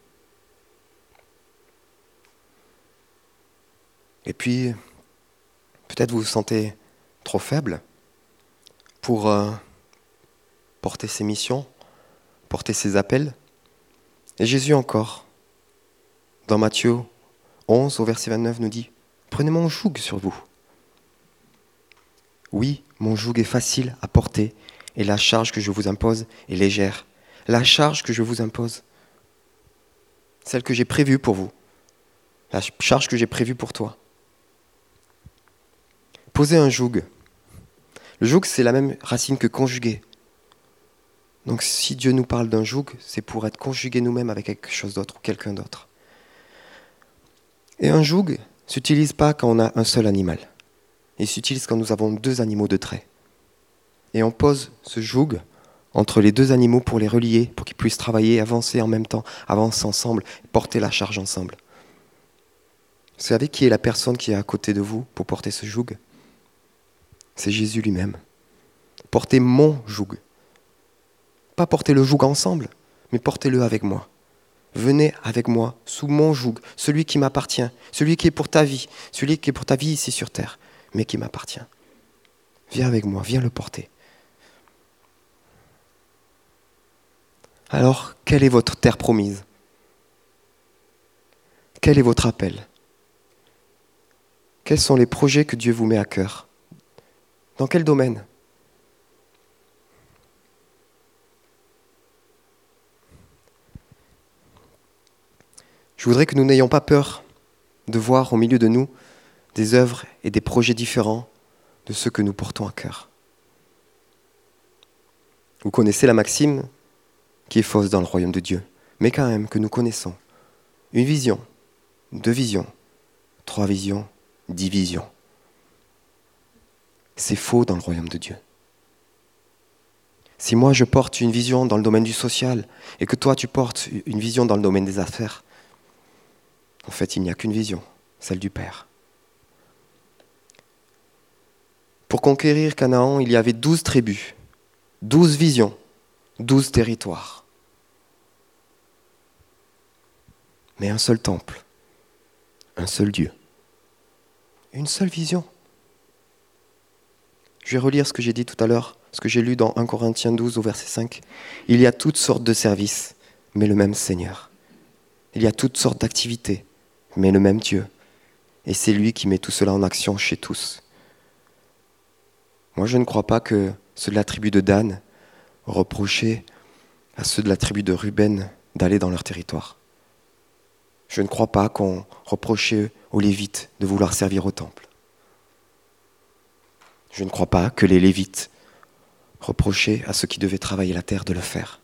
Et puis, peut-être vous vous sentez trop faible pour porter ces missions, porter ces appels. Et Jésus encore, dans Matthieu 11 au verset 29, nous dit « Prenez mon joug sur vous. Oui, mon joug est facile à porter et la charge que je vous impose est légère. La charge que je vous impose, celle que j'ai prévue pour vous, la charge que j'ai prévue pour toi. Poser un joug. Le joug, c'est la même racine que conjuguer. Donc si Dieu nous parle d'un joug, c'est pour être conjugué nous-mêmes avec quelque chose d'autre ou quelqu'un d'autre. Et un joug ne s'utilise pas quand on a un seul animal. Il s'utilise quand nous avons deux animaux de trait. Et on pose ce joug entre les deux animaux pour les relier, pour qu'ils puissent travailler, avancer en même temps, avancer ensemble, porter la charge ensemble. Vous savez qui est la personne qui est à côté de vous pour porter ce joug ? C'est Jésus lui-même. Portez mon joug. Pas porter le joug ensemble, mais portez-le avec moi. Venez avec moi, sous mon joug, celui qui m'appartient, celui qui est pour ta vie, celui qui est pour ta vie ici sur terre, mais qui m'appartient. Viens avec moi, viens le porter. Alors, quelle est votre terre promise ? Quel est votre appel ? Quels sont les projets que Dieu vous met à cœur ? Dans quel domaine ? Je voudrais que nous n'ayons pas peur de voir au milieu de nous des œuvres et des projets différents de ceux que nous portons à cœur. Vous connaissez la maxime qui est fausse dans le royaume de Dieu, mais quand même que nous connaissons. Une vision, 2 visions, 3 visions, 10 visions. C'est faux dans le royaume de Dieu. Si moi je porte une vision dans le domaine du social et que toi tu portes une vision dans le domaine des affaires, En fait, il n'y a qu'une vision, celle du Père. Pour conquérir Canaan, il y avait 12 tribus, 12 visions, 12 territoires. Mais un seul temple, un seul Dieu, une seule vision. Je vais relire ce que j'ai dit tout à l'heure, ce que j'ai lu dans 1 Corinthiens 12 au verset 5. Il y a toutes sortes de services, mais le même Seigneur. Il y a toutes sortes d'activités, mais le même Dieu. Et c'est lui qui met tout cela en action chez tous. Moi, je ne crois pas que ceux de la tribu de Dan reprochaient à ceux de la tribu de Ruben d'aller dans leur territoire. Je ne crois pas qu'on reprochait aux Lévites de vouloir servir au temple. Je ne crois pas que les Lévites reprochaient à ceux qui devaient travailler la terre de le faire.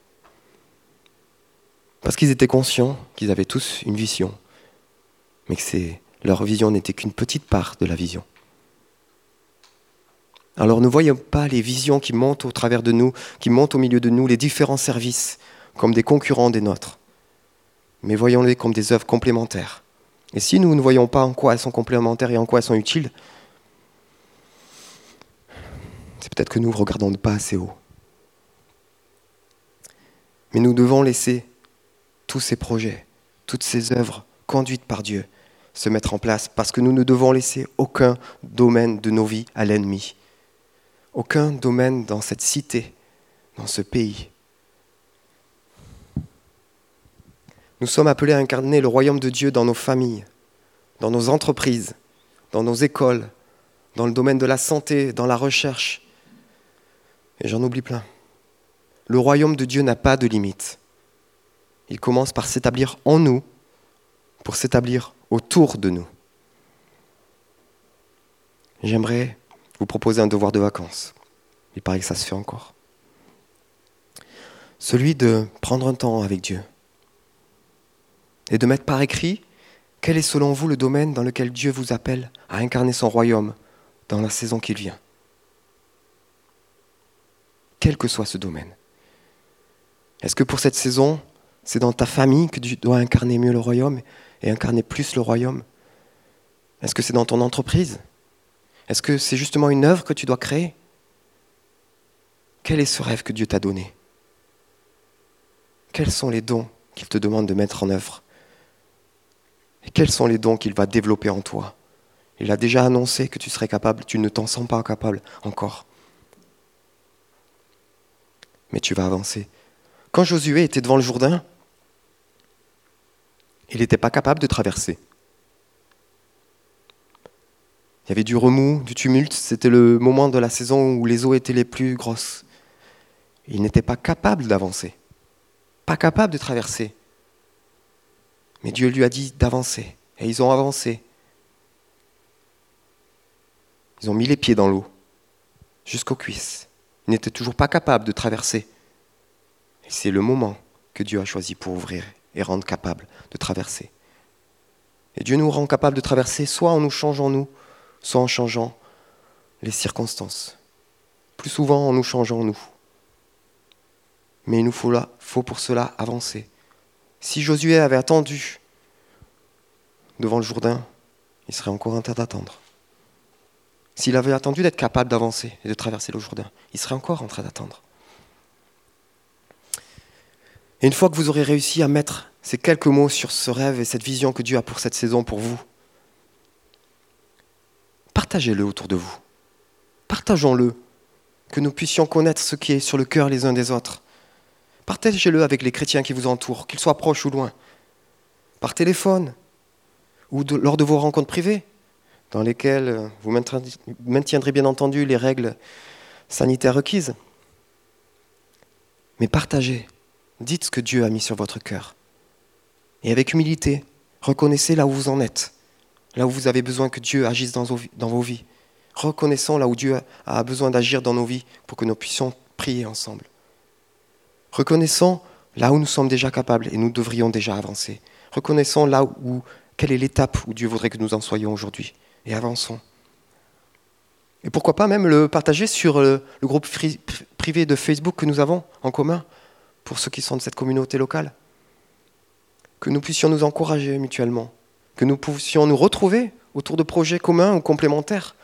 Parce qu'ils étaient conscients qu'ils avaient tous une vision, mais que leur vision n'était qu'une petite part de la vision. Alors ne voyons pas les visions qui montent au travers de nous, qui montent au milieu de nous, les différents services, comme des concurrents des nôtres, mais voyons-les comme des œuvres complémentaires. Et si nous ne voyons pas en quoi elles sont complémentaires et en quoi elles sont utiles, c'est peut-être que nous ne regardons pas assez haut. Mais nous devons laisser tous ces projets, toutes ces œuvres conduites par Dieu se mettre en place, parce que nous ne devons laisser aucun domaine de nos vies à l'ennemi. Aucun domaine dans cette cité, dans ce pays. Nous sommes appelés à incarner le royaume de Dieu dans nos familles, dans nos entreprises, dans nos écoles, dans le domaine de la santé, dans la recherche. Et j'en oublie plein. Le royaume de Dieu n'a pas de limite. Il commence par s'établir en nous, pour s'établir autour de nous. J'aimerais vous proposer un devoir de vacances. Il paraît que ça se fait encore. Celui de prendre un temps avec Dieu et de mettre par écrit quel est selon vous le domaine dans lequel Dieu vous appelle à incarner son royaume dans la saison qui vient. Quel que soit ce domaine. Est-ce que pour cette saison, c'est dans ta famille que tu dois incarner mieux le royaume et incarner plus le royaume? Est-ce que c'est dans ton entreprise? Est-ce que c'est justement une œuvre que tu dois créer? Quel est ce rêve que Dieu t'a donné? Quels sont les dons qu'il te demande de mettre en œuvre? Et quels sont les dons qu'il va développer en toi? Il a déjà annoncé que tu serais capable, tu ne t'en sens pas capable encore. Mais tu vas avancer. Quand Josué était devant le Jourdain, il n'était pas capable de traverser. Il y avait du remous, du tumulte, c'était le moment de la saison où les eaux étaient les plus grosses. Il n'était pas capable d'avancer, pas capable de traverser. Mais Dieu lui a dit d'avancer, et ils ont avancé. Ils ont mis les pieds dans l'eau, jusqu'aux cuisses. Ils n'étaient toujours pas capables de traverser. Et c'est le moment que Dieu a choisi pour ouvrir et rendre capable de traverser. Et Dieu nous rend capable de traverser soit en nous changeant nous, soit en changeant les circonstances. Plus souvent en nous changeant nous. Mais il nous faut pour cela avancer. Si Josué avait attendu devant le Jourdain, il serait encore en train d'attendre. S'il avait attendu d'être capable d'avancer et de traverser le Jourdain, il serait encore en train d'attendre. Et une fois que vous aurez réussi à mettre ces quelques mots sur ce rêve et cette vision que Dieu a pour cette saison pour vous, partagez-le autour de vous. Partageons-le, que nous puissions connaître ce qui est sur le cœur les uns des autres. Partagez-le avec les chrétiens qui vous entourent, qu'ils soient proches ou loin, par téléphone ou lors de vos rencontres privées, dans lesquelles vous maintiendrez bien entendu les règles sanitaires requises. Mais partagez, dites ce que Dieu a mis sur votre cœur. Et avec humilité, reconnaissez là où vous en êtes, là où vous avez besoin que Dieu agisse dans vos vies. Reconnaissons là où Dieu a besoin d'agir dans nos vies pour que nous puissions prier ensemble. Reconnaissons là où nous sommes déjà capables et nous devrions déjà avancer. Reconnaissons là où, quelle est l'étape où Dieu voudrait que nous en soyons aujourd'hui. Et avançons. Et pourquoi pas même le partager sur le groupe privé de Facebook que nous avons en commun pour ceux qui sont de cette communauté locale. Que nous puissions nous encourager mutuellement que nous puissions nous retrouver autour de projets communs ou complémentaires.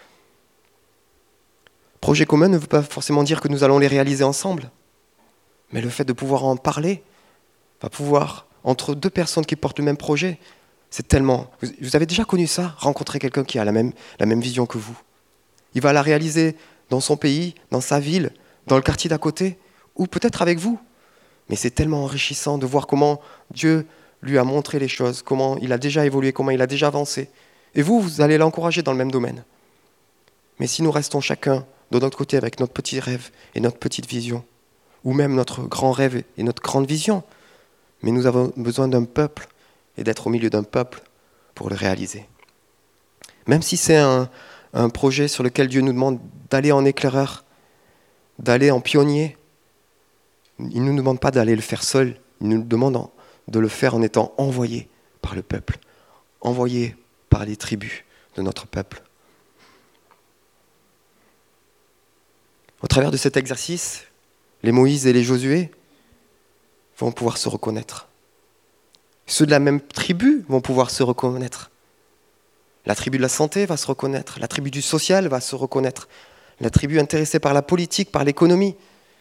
Projet commun ne veut pas forcément dire que nous allons les réaliser ensemble, mais le fait de pouvoir en parler, va pouvoir, entre deux personnes qui portent le même projet, c'est tellement... Vous avez déjà connu ça, rencontrer quelqu'un qui a la même vision que vous. Il va la réaliser dans son pays, dans sa ville, dans le quartier d'à côté, ou peut-être avec vous. Mais c'est tellement enrichissant de voir comment Dieu lui a montré les choses, comment il a déjà évolué, comment il a déjà avancé. Et vous allez l'encourager dans le même domaine. Mais si nous restons chacun de notre côté avec notre petit rêve et notre petite vision, ou même notre grand rêve et notre grande vision, mais nous avons besoin d'un peuple et d'être au milieu d'un peuple pour le réaliser. Même si c'est un projet sur lequel Dieu nous demande d'aller en éclaireur, d'aller en pionnier, il ne nous demande pas d'aller le faire seul, il nous demande de le faire en étant envoyé par le peuple, envoyé par les tribus de notre peuple. Au travers de cet exercice, les Moïse et les Josué vont pouvoir se reconnaître. Ceux de la même tribu vont pouvoir se reconnaître. La tribu de la santé va se reconnaître, la tribu du social va se reconnaître, la tribu intéressée par la politique, par l'économie,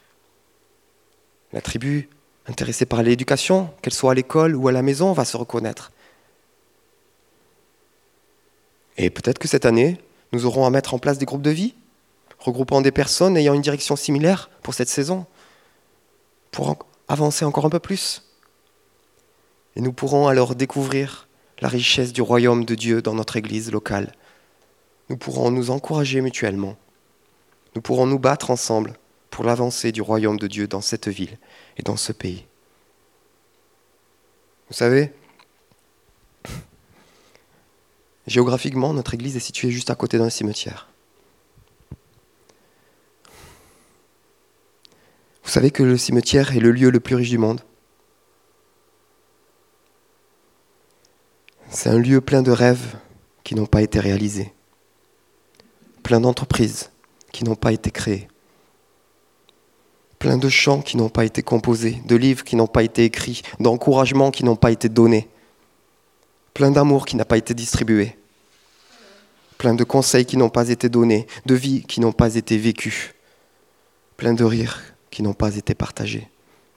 la tribu intéressée par l'éducation, qu'elle soit à l'école ou à la maison, va se reconnaître. Et peut-être que cette année, nous aurons à mettre en place des groupes de vie, regroupant des personnes ayant une direction similaire pour cette saison, pour avancer encore un peu plus. Et nous pourrons alors découvrir la richesse du royaume de Dieu dans notre église locale. Nous pourrons nous encourager mutuellement. Nous pourrons nous battre ensemble pour l'avancée du royaume de Dieu dans cette ville et dans ce pays. Vous savez, géographiquement, notre église est située juste à côté d'un cimetière. Vous savez que le cimetière est le lieu le plus riche du monde. C'est un lieu plein de rêves qui n'ont pas été réalisés, plein d'entreprises qui n'ont pas été créées, plein de chants qui n'ont pas été composés, de livres qui n'ont pas été écrits, d'encouragements qui n'ont pas été donnés, plein d'amour qui n'a pas été distribué, plein de conseils qui n'ont pas été donnés, de vies qui n'ont pas été vécues, plein de rires qui n'ont pas été partagés.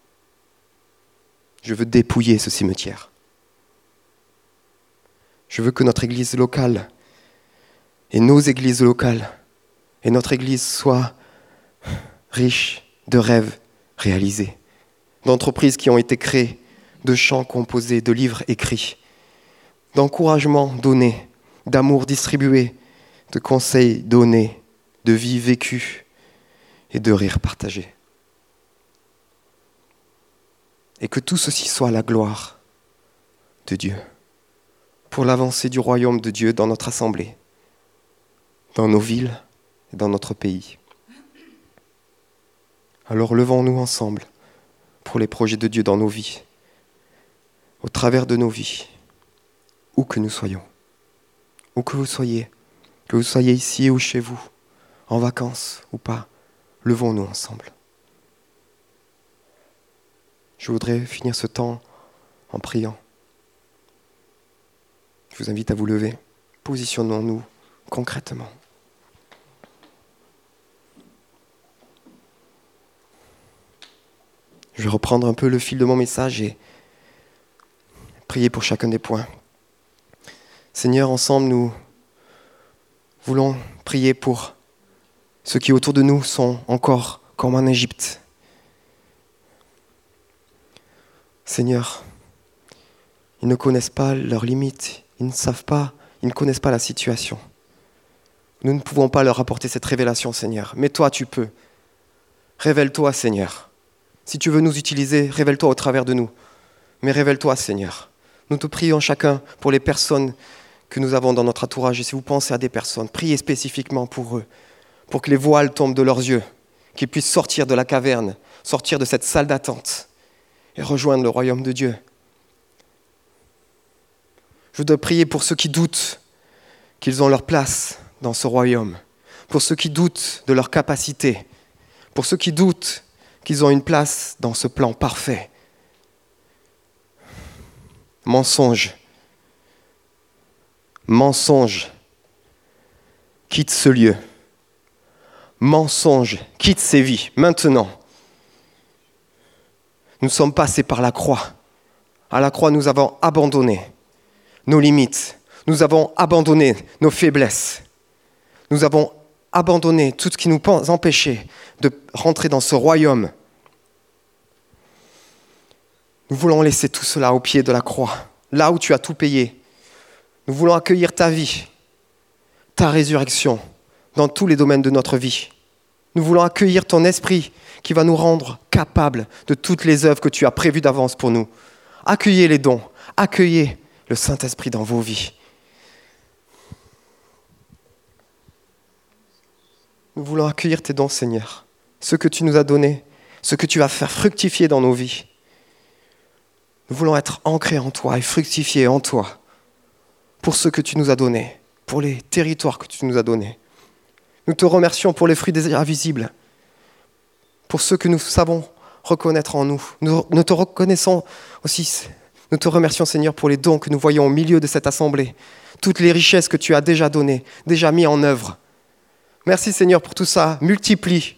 Je veux dépouiller ce cimetière. Je veux que notre église locale et nos églises locales et notre église soient riches de rêves réalisés, d'entreprises qui ont été créées, de chants composés, de livres écrits, d'encouragements donnés, d'amour distribué, de conseils donnés, de vie vécue et de rires partagés. Et que tout ceci soit la gloire de Dieu, pour l'avancée du royaume de Dieu dans notre assemblée, dans nos villes et dans notre pays. Alors levons-nous ensemble pour les projets de Dieu dans nos vies, au travers de nos vies, où que nous soyons, où que vous soyez ici ou chez vous, en vacances ou pas, levons-nous ensemble. Je voudrais finir ce temps en priant. Je vous invite à vous lever. Positionnons-nous concrètement. Je vais reprendre un peu le fil de mon message et prier pour chacun des points. Seigneur, ensemble, nous voulons prier pour ceux qui autour de nous sont encore comme en Égypte. Seigneur, ils ne connaissent pas leurs limites, ils ne connaissent pas la situation. Nous ne pouvons pas leur apporter cette révélation, Seigneur, mais toi tu peux. Révèle-toi, Seigneur. Si tu veux nous utiliser, révèle-toi au travers de nous. Mais révèle-toi, Seigneur. Nous te prions chacun pour les personnes que nous avons dans notre entourage. Et si vous pensez à des personnes, priez spécifiquement pour eux, pour que les voiles tombent de leurs yeux, qu'ils puissent sortir de la caverne, sortir de cette salle d'attente et rejoindre le royaume de Dieu. Je voudrais prier pour ceux qui doutent qu'ils ont leur place dans ce royaume, pour ceux qui doutent de leur capacité, pour ceux qui doutent qu'ils ont une place dans ce plan parfait. Mensonge, Mensonge, quitte ce lieu. Mensonge, quitte ces vies, maintenant. Nous sommes passés par la croix. À la croix, nous avons abandonné nos limites. Nous avons abandonné nos faiblesses. Nous avons abandonné tout ce qui nous empêchait de rentrer dans ce royaume. Nous voulons laisser tout cela au pied de la croix, là où tu as tout payé. Nous voulons accueillir ta vie, ta résurrection dans tous les domaines de notre vie. Nous voulons accueillir ton esprit qui va nous rendre capables de toutes les œuvres que tu as prévues d'avance pour nous. Accueillez les dons, accueillez le Saint-Esprit dans vos vies. Nous voulons accueillir tes dons, Seigneur, ce que tu nous as donné, ce que tu vas faire fructifier dans nos vies. Nous voulons être ancrés en toi et fructifier en toi pour ce que tu nous as donné, pour les territoires que tu nous as donnés. Nous te remercions pour les fruits déjà visibles, pour ceux que nous savons reconnaître en nous. Nous te reconnaissons aussi, nous te remercions, Seigneur, pour les dons que nous voyons au milieu de cette assemblée, toutes les richesses que tu as déjà données, déjà mis en œuvre. Merci, Seigneur, pour tout ça. Multiplie.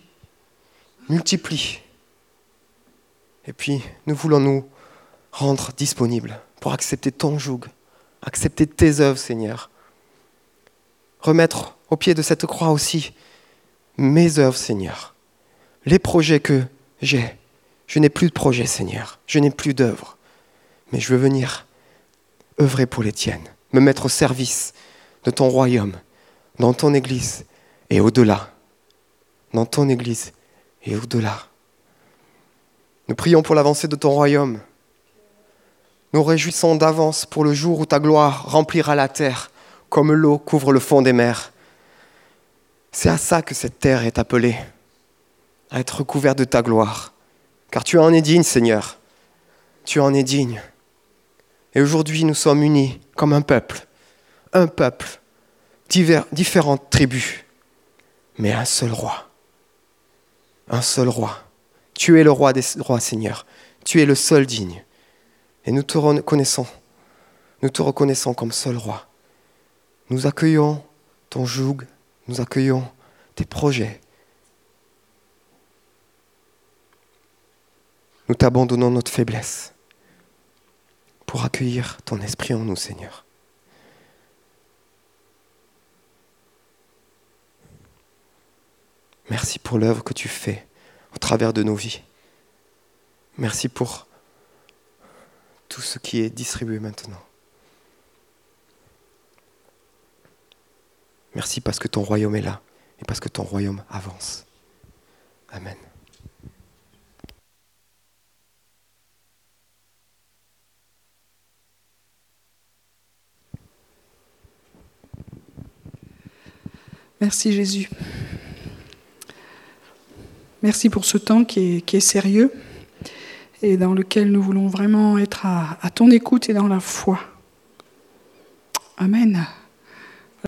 Et puis, nous voulons nous rendre disponibles pour accepter ton joug, accepter tes œuvres, Seigneur. Remettre au pied de cette croix aussi mes œuvres, Seigneur. Les projets que j'ai. Je n'ai plus de projets, Seigneur. Je n'ai plus d'œuvres. Mais je veux venir œuvrer pour les tiennes, me mettre au service de ton royaume, dans ton Église et au-delà. Dans ton Église et au-delà. Nous prions pour l'avancée de ton royaume. Nous réjouissons d'avance pour le jour où ta gloire remplira la terre comme l'eau couvre le fond des mers. C'est à ça que cette terre est appelée, à être recouverte de ta gloire. Car tu en es digne, Seigneur. Tu en es digne. Et aujourd'hui, nous sommes unis comme un peuple, différentes tribus, mais un seul roi. Un seul roi. Tu es le roi des rois, Seigneur. Tu es le seul digne. Et nous te reconnaissons comme seul roi. Nous accueillons ton joug, nous accueillons tes projets. Nous t'abandonnons notre faiblesse pour accueillir ton esprit en nous, Seigneur. Merci pour l'œuvre que tu fais au travers de nos vies. Merci pour tout ce qui est distribué maintenant. Merci parce que ton royaume est là et parce que ton royaume avance. Amen. Merci Jésus. Merci pour ce temps qui est sérieux et dans lequel nous voulons vraiment être à ton écoute et dans la foi. Amen.